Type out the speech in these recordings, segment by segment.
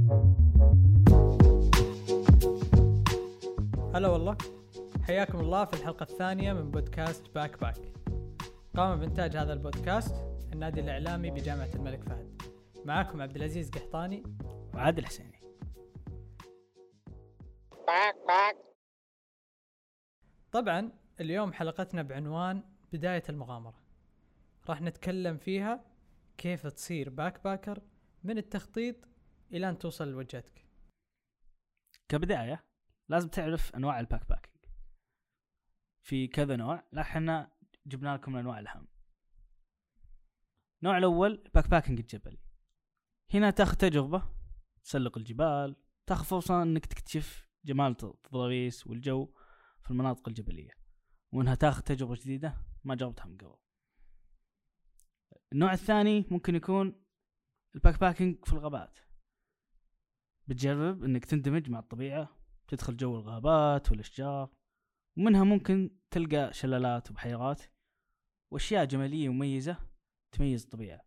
هلا والله، حياكم الله في الحلقة الثانية من بودكاست باك باك. قام بإنتاج هذا البودكاست النادي الإعلامي بجامعة الملك فهد. معاكم عبد العزيز قحطاني وعادل حسيني. طبعا اليوم حلقتنا بعنوان بداية المغامرة. راح نتكلم فيها كيف تصير باك باكر من التخطيط إلى أن توصل لوجهتك. كبداية لازم تعرف أنواع الباك باكينج، في كذا نوع، احنا جبنا لكم الأنواع الأهم. النوع الأول باك باكينج الجبلي. هنا تاخذ تجربة، تسلق الجبال، تاخذ فرصة أنك تكتشف جمال التضاريس والجو في المناطق الجبلية، وأنها تاخذ تجربة جديدة ما جربتها من قبل. النوع الثاني ممكن يكون الباك باكينج في الغابات. بتجرب أنك تندمج مع الطبيعة، تدخل جو الغابات والأشجار، ومنها ممكن تلقى شلالات وبحيرات وأشياء جمالية مميزة تميز الطبيعة.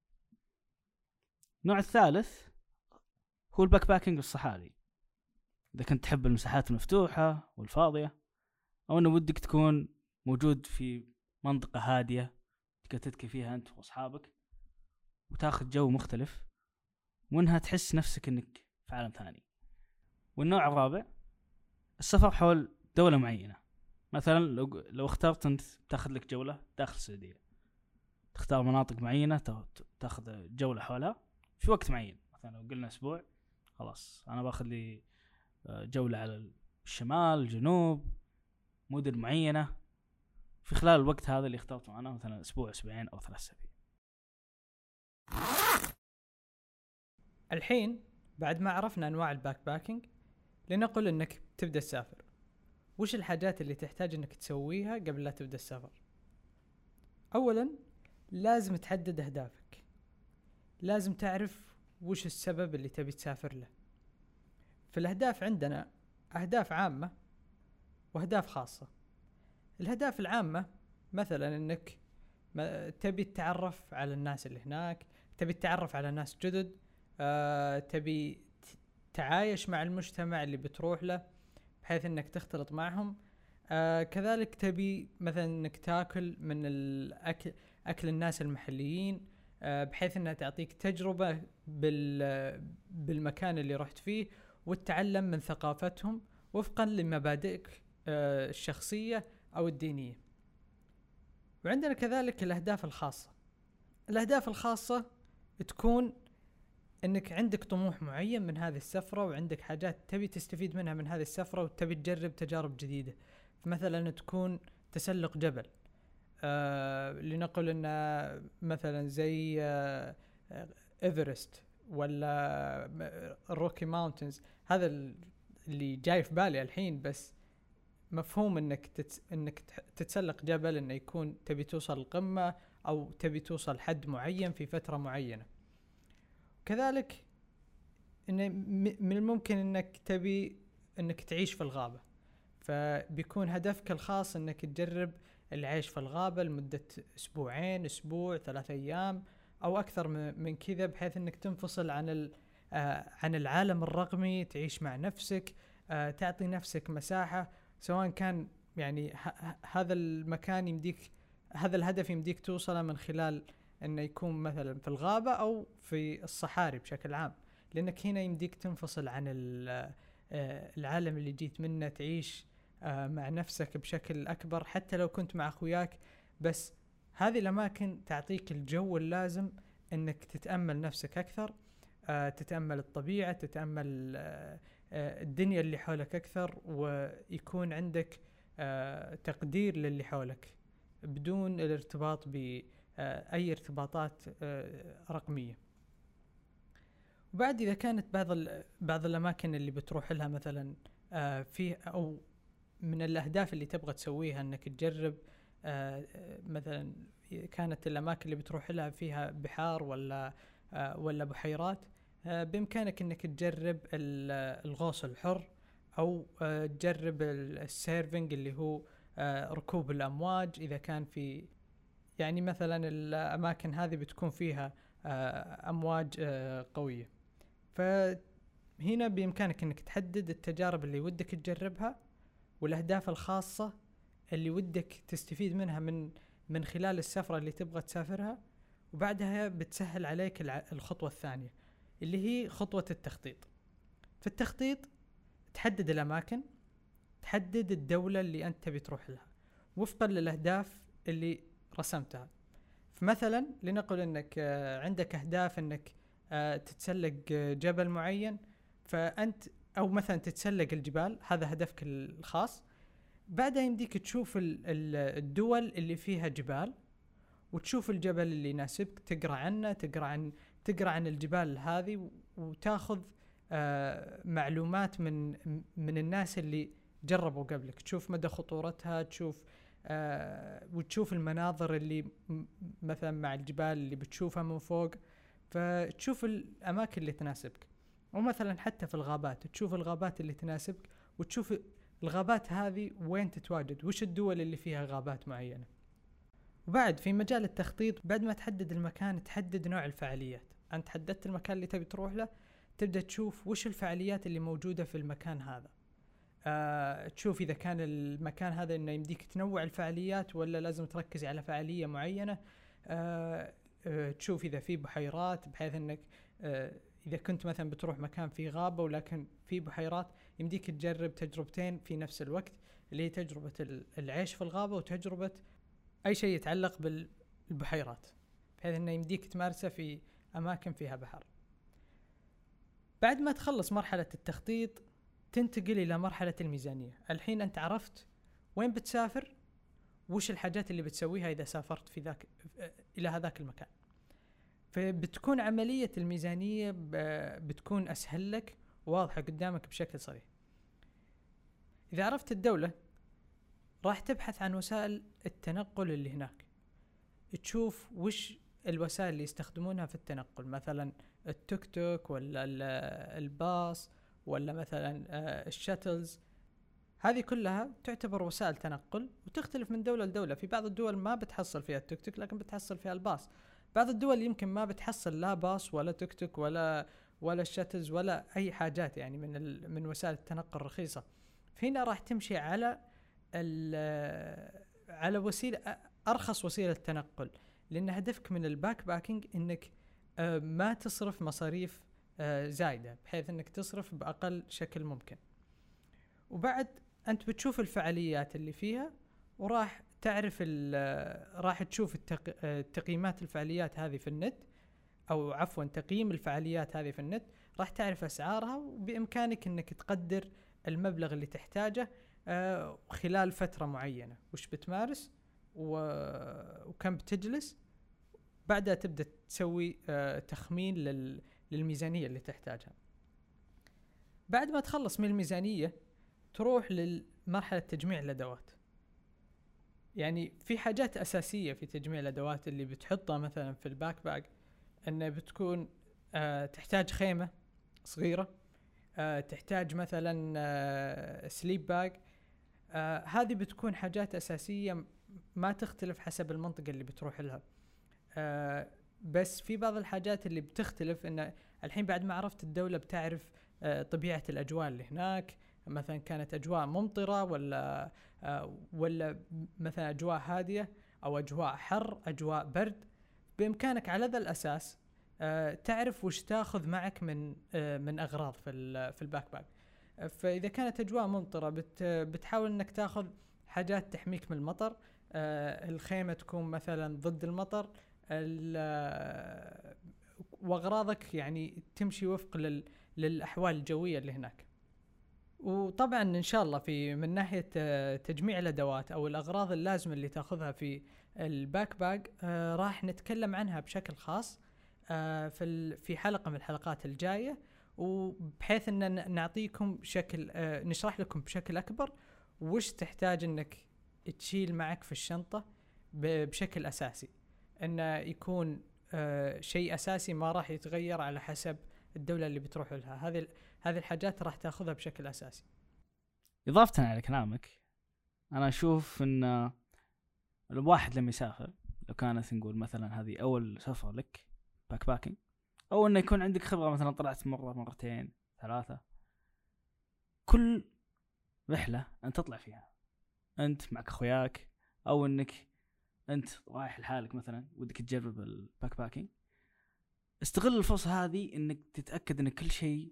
النوع الثالث هو الباك باكينج الصحاري. إذا كنت تحب المساحات المفتوحة والفاضية، أو أنه ودك تكون موجود في منطقة هادية تكتتك فيها أنت وأصحابك وتاخذ جو مختلف، ومنها تحس نفسك أنك في عالم ثاني. والنوع الرابع السفر حول دولة معينة. مثلا لو اخترت أنت تاخذ لك جولة داخل السعودية، تختار مناطق معينة تاخذ جولة حولها في وقت معين. مثلا لو قلنا أسبوع، خلاص أنا باخذ لي جولة على الشمال الجنوب، مدن معينة في خلال الوقت هذا اللي اخترته أنا، مثلا أسبوع أسبوعين أو 3 أسابيع. الحين بعد ما عرفنا أنواع الباك باكينج، لنقل أنك تبدأ السفر. وش الحاجات اللي تحتاج أنك تسويها قبل لا تبدأ السفر؟ أولا لازم تحدد أهدافك، لازم تعرف وش السبب اللي تبي تسافر له. في الأهداف عندنا أهداف عامة وأهداف خاصة. الأهداف العامة مثلا أنك تبي تتعرف على الناس اللي هناك، تبي تتعرف على ناس جدد، تبي تعايش مع المجتمع اللي بتروح له بحيث أنك تختلط معهم. كذلك تبي مثلا أنك تاكل من أكل الناس المحليين، بحيث أنها تعطيك تجربة بالمكان اللي رحت فيه، وتتعلم من ثقافتهم وفقا لمبادئك الشخصية أو الدينية. وعندنا كذلك الأهداف الخاصة. الأهداف الخاصة تكون أنك عندك طموح معين من هذه السفرة، وعندك حاجات تبي تستفيد منها من هذه السفرة، وتبي تجرب تجارب جديدة. مثلا تكون تسلق جبل، لنقل أن مثلا زي إيفرست ولا الروكي ماونتنز. هذا اللي جاي في بالي الحين، بس مفهوم انك تتسلق جبل انه يكون تبي توصل القمة او تبي توصل حد معين في فترة معينة. كذلك إن من الممكن انك تبي انك تعيش في الغابة، فبيكون هدفك الخاص انك تجرب العيش في الغابة لمدة اسبوعين، اسبوع، 3 ايام او اكثر من كذا، بحيث انك تنفصل عن العالم الرقمي، تعيش مع نفسك، تعطي نفسك مساحة. سواء كان يعني هذا المكان يمديك، هذا الهدف يمديك توصله من خلال انه يكون مثلا في الغابة او في الصحاري بشكل عام، لانك هنا يمديك تنفصل عن العالم اللي جيت منه، تعيش مع نفسك بشكل اكبر، حتى لو كنت مع اخوياك. بس هذه الاماكن تعطيك الجو اللازم انك تتأمل نفسك اكثر، تتأمل الطبيعة، تتأمل الدنيا اللي حولك أكثر، ويكون عندك تقدير للي حولك بدون الارتباط بأي ارتباطات رقمية. وبعد إذا كانت بعض الأماكن اللي بتروح لها مثلا فيه، أو من الأهداف اللي تبغى تسويها أنك تجرب مثلا كانت الأماكن اللي بتروح لها فيها بحار ولا بحيرات، بإمكانك أنك تجرب الغوص الحر، أو تجرب السيرفنج اللي هو ركوب الأمواج. إذا كان في يعني مثلا الأماكن هذه بتكون فيها أمواج قوية، هنا بإمكانك أنك تحدد التجارب اللي ودك تجربها والأهداف الخاصة اللي ودك تستفيد منها من خلال السفرة اللي تبغى تسافرها. وبعدها بتسهل عليك الخطوة الثانية اللي هي خطوة التخطيط. في التخطيط تحدد الأماكن، تحدد الدولة اللي أنت تبي تروح لها وفقا للأهداف اللي رسمتها. فمثلا لنقل أنك عندك أهداف أنك تتسلق جبل معين، فأنت أو مثلا تتسلق الجبال، هذا هدفك الخاص. بعدها يمديك تشوف الدول اللي فيها جبال وتشوف الجبل اللي يناسبك، تقرأ عنه، تقرأ عن الجبال هذه وتاخذ معلومات من الناس اللي جربوا قبلك، تشوف مدى خطورتها، وتشوف المناظر اللي مثلا مع الجبال اللي بتشوفها من فوق، فتشوف الأماكن اللي تناسبك. ومثلا حتى في الغابات تشوف الغابات اللي تناسبك، وتشوف الغابات هذه وين تتواجد، وش الدول اللي فيها غابات معينة. وبعد في مجال التخطيط، بعد ما تحدد المكان تحدد نوع الفعاليات. أنت حددت المكان اللي تبي تروح له، تبدأ تشوف وش الفعاليات اللي موجودة في المكان هذا. تشوف إذا كان المكان هذا إنه يمديك تنوع الفعاليات ولا لازم تركز على فعالية معينة. تشوف إذا في بحيرات، بحيث إنك إذا كنت مثلا بتروح مكان فيه غابة ولكن فيه بحيرات، يمديك تجرب تجربتين في نفس الوقت، اللي هي تجربة العيش في الغابة وتجربة أي شيء يتعلق بالبحيرات، بحيث إنه يمديك تمارسه في أماكن فيها بحر. بعد ما تخلص مرحلة التخطيط تنتقل إلى مرحلة الميزانية. الحين أنت عرفت وين بتسافر، وش الحاجات اللي بتسويها إذا سافرت إلى هذاك المكان. فبتكون عملية الميزانية بتكون أسهل لك وواضحة قدامك بشكل صريح. إذا عرفت الدولة راح تبحث عن وسائل التنقل اللي هناك، تشوف وش الوسائل اللي يستخدمونها في التنقل، مثلا التوك توك ولا الباص ولا مثلا الشاتلز. هذه كلها تعتبر وسائل تنقل وتختلف من دولة لدولة. في بعض الدول ما بتحصل فيها التوك توك لكن بتحصل فيها الباص. بعض الدول يمكن ما بتحصل لا باص ولا توك توك ولا الشاتلز ولا أي حاجات يعني من وسائل التنقل الرخيصة. فهنا راح تمشي على وسيلة أرخص وسيلة تنقل، لأن هدفك من الباك باكينج إنك ما تصرف مصاريف زايدة، بحيث إنك تصرف بأقل شكل ممكن. وبعد أنت بتشوف الفعاليات اللي فيها، وراح تعرف راح تشوف تقييمات الفعاليات هذه في النت، أو عفوا تقييم الفعاليات هذه في النت. راح تعرف أسعارها، وبإمكانك إنك تقدر المبلغ اللي تحتاجه خلال فترة معينة، وش بتمارس وكم بتجلس. بعدها تبدأ تسوي تخمين للميزانية اللي تحتاجها. بعد ما تخلص من الميزانية تروح للمرحلة تجميع الأدوات. يعني في حاجات أساسية في تجميع الأدوات اللي بتحطها مثلا في الباك باك، أنه بتكون تحتاج خيمة صغيرة، تحتاج مثلا سليب باك. هذه بتكون حاجات أساسية ما تختلف حسب المنطقة اللي بتروح لها. بس في بعض الحاجات اللي بتختلف، إن الحين بعد ما عرفت الدولة بتعرف طبيعة الأجواء اللي هناك، مثلا كانت أجواء ممطرة ولا مثلا أجواء هادية أو أجواء حر، أجواء برد. بإمكانك على ذا الأساس تعرف وش تأخذ معك من أغراض في الباك باك. فإذا كانت أجواء ممطرة بتحاول أنك تأخذ حاجات تحميك من المطر. الخيمة تكون مثلا ضد المطر، وأغراضك يعني تمشي وفق للأحوال الجوية اللي هناك. وطبعا إن شاء الله من ناحية تجميع الأدوات أو الأغراض اللازمة اللي تأخذها في الباك باك راح نتكلم عنها بشكل خاص في حلقة من الحلقات الجاية، وبحيث أن نعطيكم نشرح لكم بشكل أكبر وش تحتاج أنك تشيل معك في الشنطة بشكل أساسي، أنه يكون شيء أساسي ما راح يتغير على حسب الدولة اللي بتروح لها. هذه الحاجات راح تأخذها بشكل أساسي. إضافة على كلامك، أنا أشوف أن الواحد لما يسافر، لو كانت نقول مثلا هذه أول سفرة لك باك باكينج، أو أنه يكون عندك خبرة مثلا طلعت مرة مرتين 3. كل رحلة أنت تطلع فيها أنت معك أخوياك، أو أنك أنت رايح لحالك مثلا ودك تجرب الباك باكينج، استغل الفرصة هذه أنك تتأكد أن كل شيء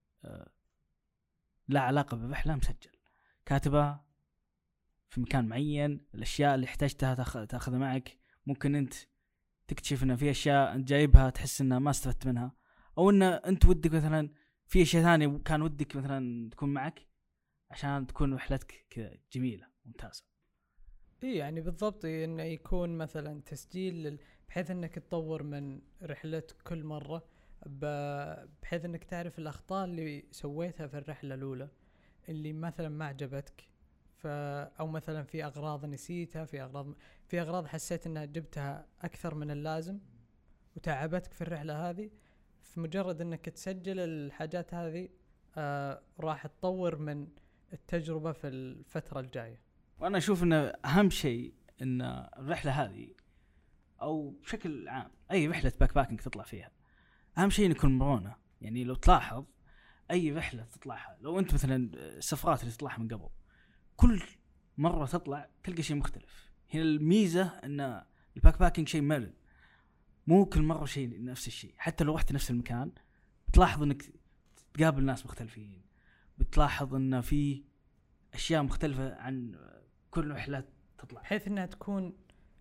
لا علاقة بالرحلة مسجل، كاتبة في مكان معين. الأشياء اللي احتاجتها تأخذها معك. ممكن أنت تكتشف أن في أشياء أنت جايبها تحس أنها ما استفدت منها، أو أن أنت ودك مثلا في أشياء ثانية كان ودك مثلا تكون معك عشان تكون رحلتك كذا جميلة ممتازة. إيه يعني بالضبط، إنه يكون مثلا تسجيل بحيث إنك تطور من رحلتك كل مرة، بحيث إنك تعرف الأخطاء اللي سويتها في الرحلة الأولى اللي مثلا ما عجبتك، أو مثلا في أغراض نسيتها، في أغراض حسيت إنها جبتها أكثر من اللازم وتعبتك في الرحلة هذه. في مجرد إنك تسجل الحاجات هذه راح تطور من التجربة في الفترة الجاية. وأنا أشوف أن أهم شيء أن الرحلة هذه أو بشكل عام أي رحلة باك باكينج تطلع فيها أهم شيء يكون مرونة. يعني لو تلاحظ أي رحلة تطلعها، لو أنت مثلا السفرات اللي تطلعها من قبل، كل مرة تطلع تلقى شيء مختلف. هنا الميزة أن الباك باكينج شيء مرن، مو كل مرة شيء نفس الشيء. حتى لو رحت نفس المكان بتلاحظ أنك تقابل ناس مختلفين، بتلاحظ أن في أشياء مختلفة عن كل رحلة تطلع، بحيث أنها تكون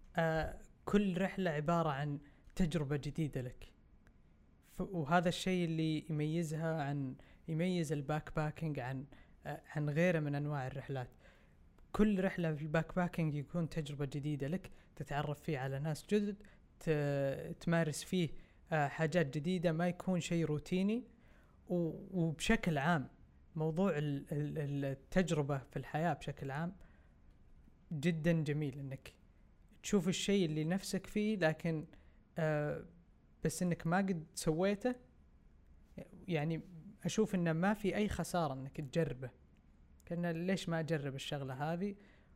كل رحلة عبارة عن تجربة جديدة لك. وهذا الشيء اللي يميز الباك باكينج عن غيره من أنواع الرحلات. كل رحلة في الباك باكينج يكون تجربة جديدة لك، تتعرف فيه على ناس جدد، تمارس فيه حاجات جديدة، ما يكون شيء روتيني. وبشكل عام موضوع التجربة في الحياة بشكل عام جدا جميل، انك تشوف الشيء اللي نفسك فيه لكن بس انك ما قد سويته. يعني اشوف انه ما في اي خسارة انك تجربه، كأنه ليش ما اجرب الشغلة هذه.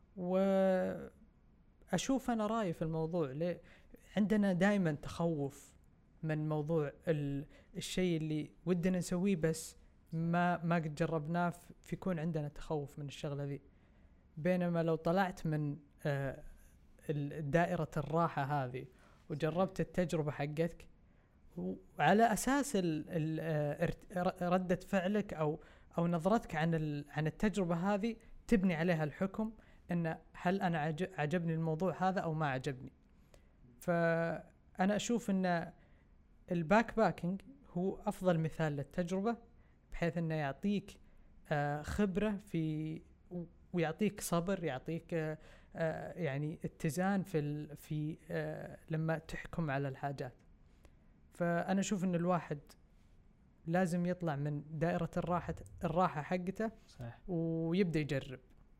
واشوف انا رأيي في الموضوع، عندنا دائما تخوف من موضوع الشيء اللي ودنا نسويه بس ما قد جربناه، فيكون عندنا تخوف من الشغلة ذي. بينما لو طلعت من دائرة الراحة هذه وجربت التجربة حقتك، وعلى أساس ردة فعلك أو نظرتك عن التجربة هذه تبني عليها الحكم إن هل أنا عجبني الموضوع هذا أو ما عجبني. فأنا أشوف إن الباك باكينج هو أفضل مثال للتجربة، بحيث إنه يعطيك خبرة ويعطيك صبر، يعطيك يعني اتزان في لما تحكم على الحاجات. فأنا أشوف إن الواحد لازم يطلع من دائرة الراحة حقته. صحيح. ويبدأ يجرب.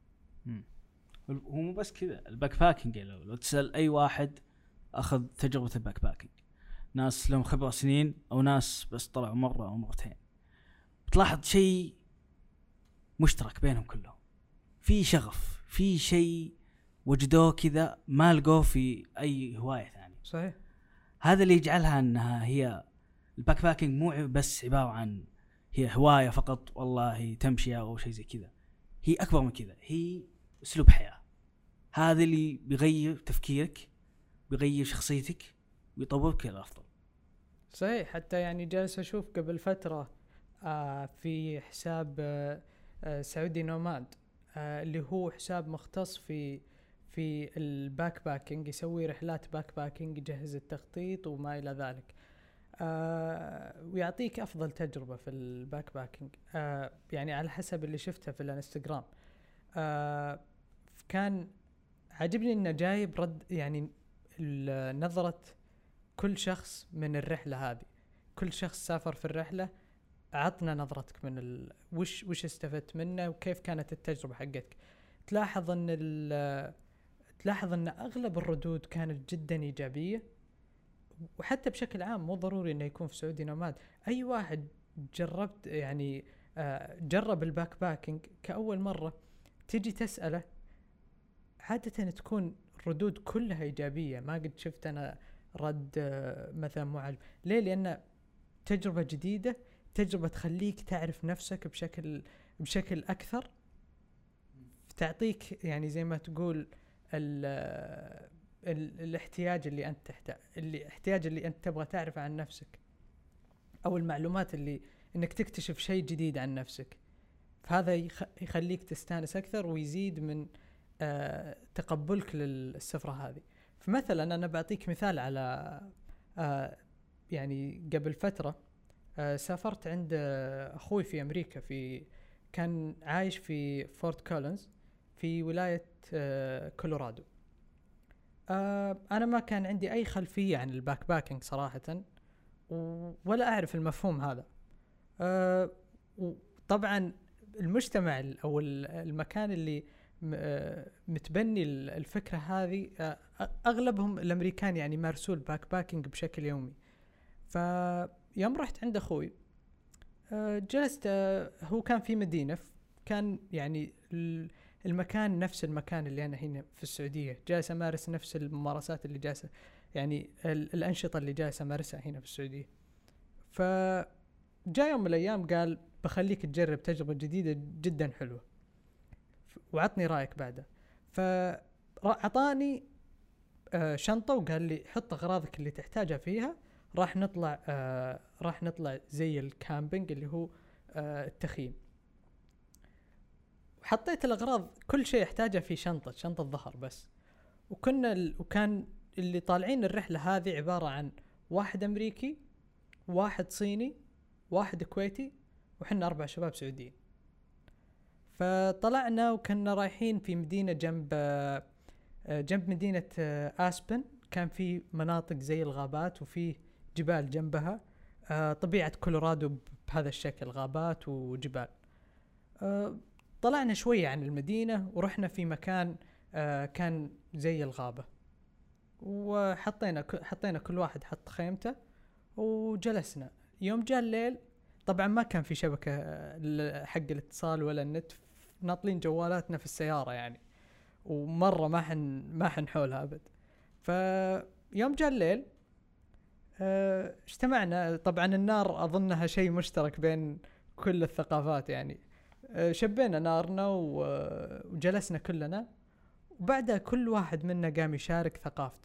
هو مو بس كذا الباك باكينج، لو تسأل أي واحد أخذ تجربة الباك باكينج، ناس لهم خبرة سنين أو ناس بس طلعوا مرة أو مرتين، بتلاحظ شيء مشترك بينهم كلهم، في شغف، في شيء وجدوه كذا ما لقوه في أي هواية ثانية. صحيح. هذا اللي يجعلها أنها هي الباك باكينج مو بس عبارة عن هي هواية فقط والله تمشي أو شيء زي كذا، هي أكبر من كذا، هي أسلوب حياة. هذا اللي بيغير تفكيرك، بيغير شخصيتك، ويطورك إلى الأفضل. صحيح. حتى يعني جالس أشوف قبل فترة في حساب سعودي نوماد، اللي هو حساب مختص في الباك باكينج، يسوي رحلات باك باكينج، يجهز التخطيط وما إلى ذلك، ويعطيك أفضل تجربة في الباك باكينج. يعني على حسب اللي شفته في الانستغرام، كان عجبني إنه جايب رد يعني نظرة كل شخص من الرحلة هذه. كل شخص سافر في الرحلة عطنا نظرتك من وش استفدت منه وكيف كانت التجربة حقتك. تلاحظ ان اغلب الردود كانت جدا ايجابية. وحتى بشكل عام مو ضروري انه يكون في سعودي نوماد، اي واحد جربت يعني جرب الباك باكينج كأول مرة تيجي تسأله، عادة تكون ردود كلها ايجابية. ما قد شفت انا رد مثلا معجب. ليه؟ لان تجربة جديدة تجربة تخليك تعرف نفسك بشكل أكثر، تعطيك يعني زي ما تقول الاحتياج اللي أنت الاحتياج اللي أنت تبغى تعرف عن نفسك، أو المعلومات اللي إنك تكتشف شيء جديد عن نفسك. فهذا يخليك تستانس أكثر ويزيد من تقبلك للسفرة هذه. فمثلا أنا بعطيك مثال على يعني قبل فترة سافرت عند أخوي في أمريكا، كان عايش في فورت كولينز في ولاية كولورادو. أنا ما كان عندي أي خلفية عن الباك باكينج صراحة، ولا أعرف المفهوم هذا. وطبعا المجتمع أو المكان اللي متبني الفكرة هذه أغلبهم الأمريكان يعني مارسوا الباك باكينج بشكل يومي. فيوم رحت عند أخوي جلست، هو كان في مدينة، كان يعني المكان نفس المكان اللي أنا هنا في السعودية، جالس أمارس نفس الممارسات اللي جالسة يعني الأنشطة اللي جالس أمارسها هنا في السعودية. فجاء يوم من الأيام قال بخليك تجرب تجربة جديدة جدا حلوة، وعطني رأيك بعدها. فأعطاني شنطة وقال لي حط أغراضك اللي تحتاجها فيها، راح نطلع زي الكامبينج اللي هو التخييم. وحطيت الأغراض كل شيء احتاجه في شنطة ظهر بس. وكان اللي طالعين الرحلة هذه عبارة عن واحد أمريكي، واحد صيني، واحد كويتي، وحنا 4 شباب سعوديين. فطلعنا وكنا رايحين في مدينة جنب مدينة آسبن. كان في مناطق زي الغابات وفي جبال جنبها، طبيعة كولورادو بهذا الشكل، غابات وجبال. طلعنا شوية عن المدينة ورحنا في مكان كان زي الغابة، وحطينا كل واحد حط خيمته وجلسنا. يوم جاء الليل طبعا ما كان في شبكة حق الاتصال ولا النت، ناطلين جوالاتنا في السيارة يعني، ومرة ما حنحولها أبد. فيوم جاء الليل اجتمعنا. طبعا النار أظنها شيء مشترك بين كل الثقافات يعني. شبينا نارنا وجلسنا كلنا، وبعدها كل واحد منا قام يشارك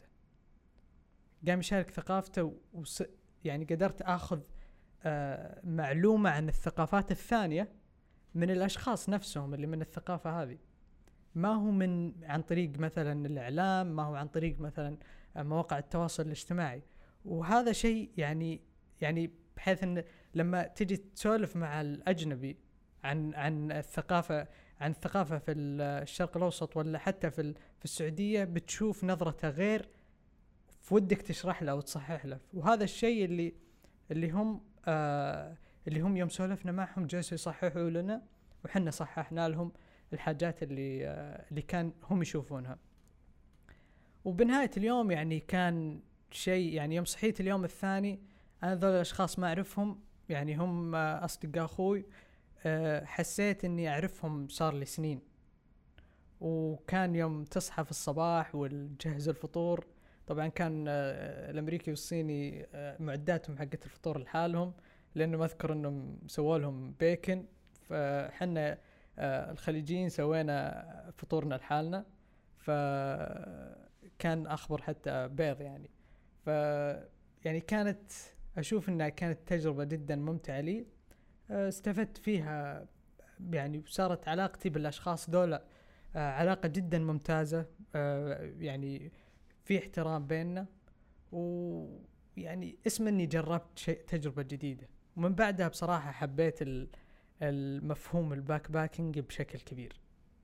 ثقافته يعني قدرت أخذ معلومة عن الثقافات الثانية من الأشخاص نفسهم اللي من الثقافة هذه. ما هو عن طريق مثلا الإعلام، ما هو عن طريق مثلا مواقع التواصل الاجتماعي. وهذا شيء يعني بحيث أن لما تجي تسولف مع الأجنبي عن الثقافة في الشرق الأوسط ولا حتى في السعودية، بتشوف نظرته غير، ودك تشرح له وتصحح له. وهذا الشيء اللي هم يوم سولفنا معهم جالسوا يصححوا لنا، وحنا صححنا لهم الحاجات اللي كان هم يشوفونها. وبنهاية اليوم يعني كان شيء يعني يوم صحيت اليوم الثاني، أنا ذول الأشخاص ما أعرفهم يعني، هم أصدقاء أخوي، حسيت إني أعرفهم صار لي سنين. وكان يوم تصحى في الصباح والجهز الفطور، طبعا كان الأمريكي والصيني معداتهم حقت الفطور لحالهم، لأنه ما أذكر إنهم سووا لهم بيكن. فحنا الخليجيين سوينا فطورنا لحالنا، فكان أخبر حتى بيض يعني. يعني كانت أشوف إنها كانت تجربة جدا ممتعة لي، استفدت فيها يعني. صارت علاقتي بالأشخاص دول علاقة جدا ممتازة، يعني في احترام بيننا، ويعني اسم إني جربت تجربة جديدة. ومن بعدها بصراحة حبيت المفهوم الباك باكينج بشكل كبير.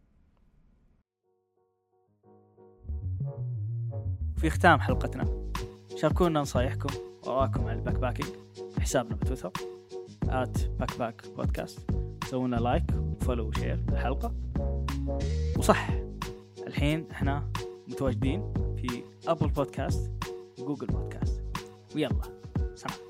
في ختام حلقتنا، شاركونا نصايحكم وآراءكم عن الباك باكينج في حسابنا بتويتر @backpackpodcast. سوونا لايك وفولو وشير الحلقة. وصح الحين احنا متواجدين في أبل بودكاست وجوجل بودكاست. ويلا سلام.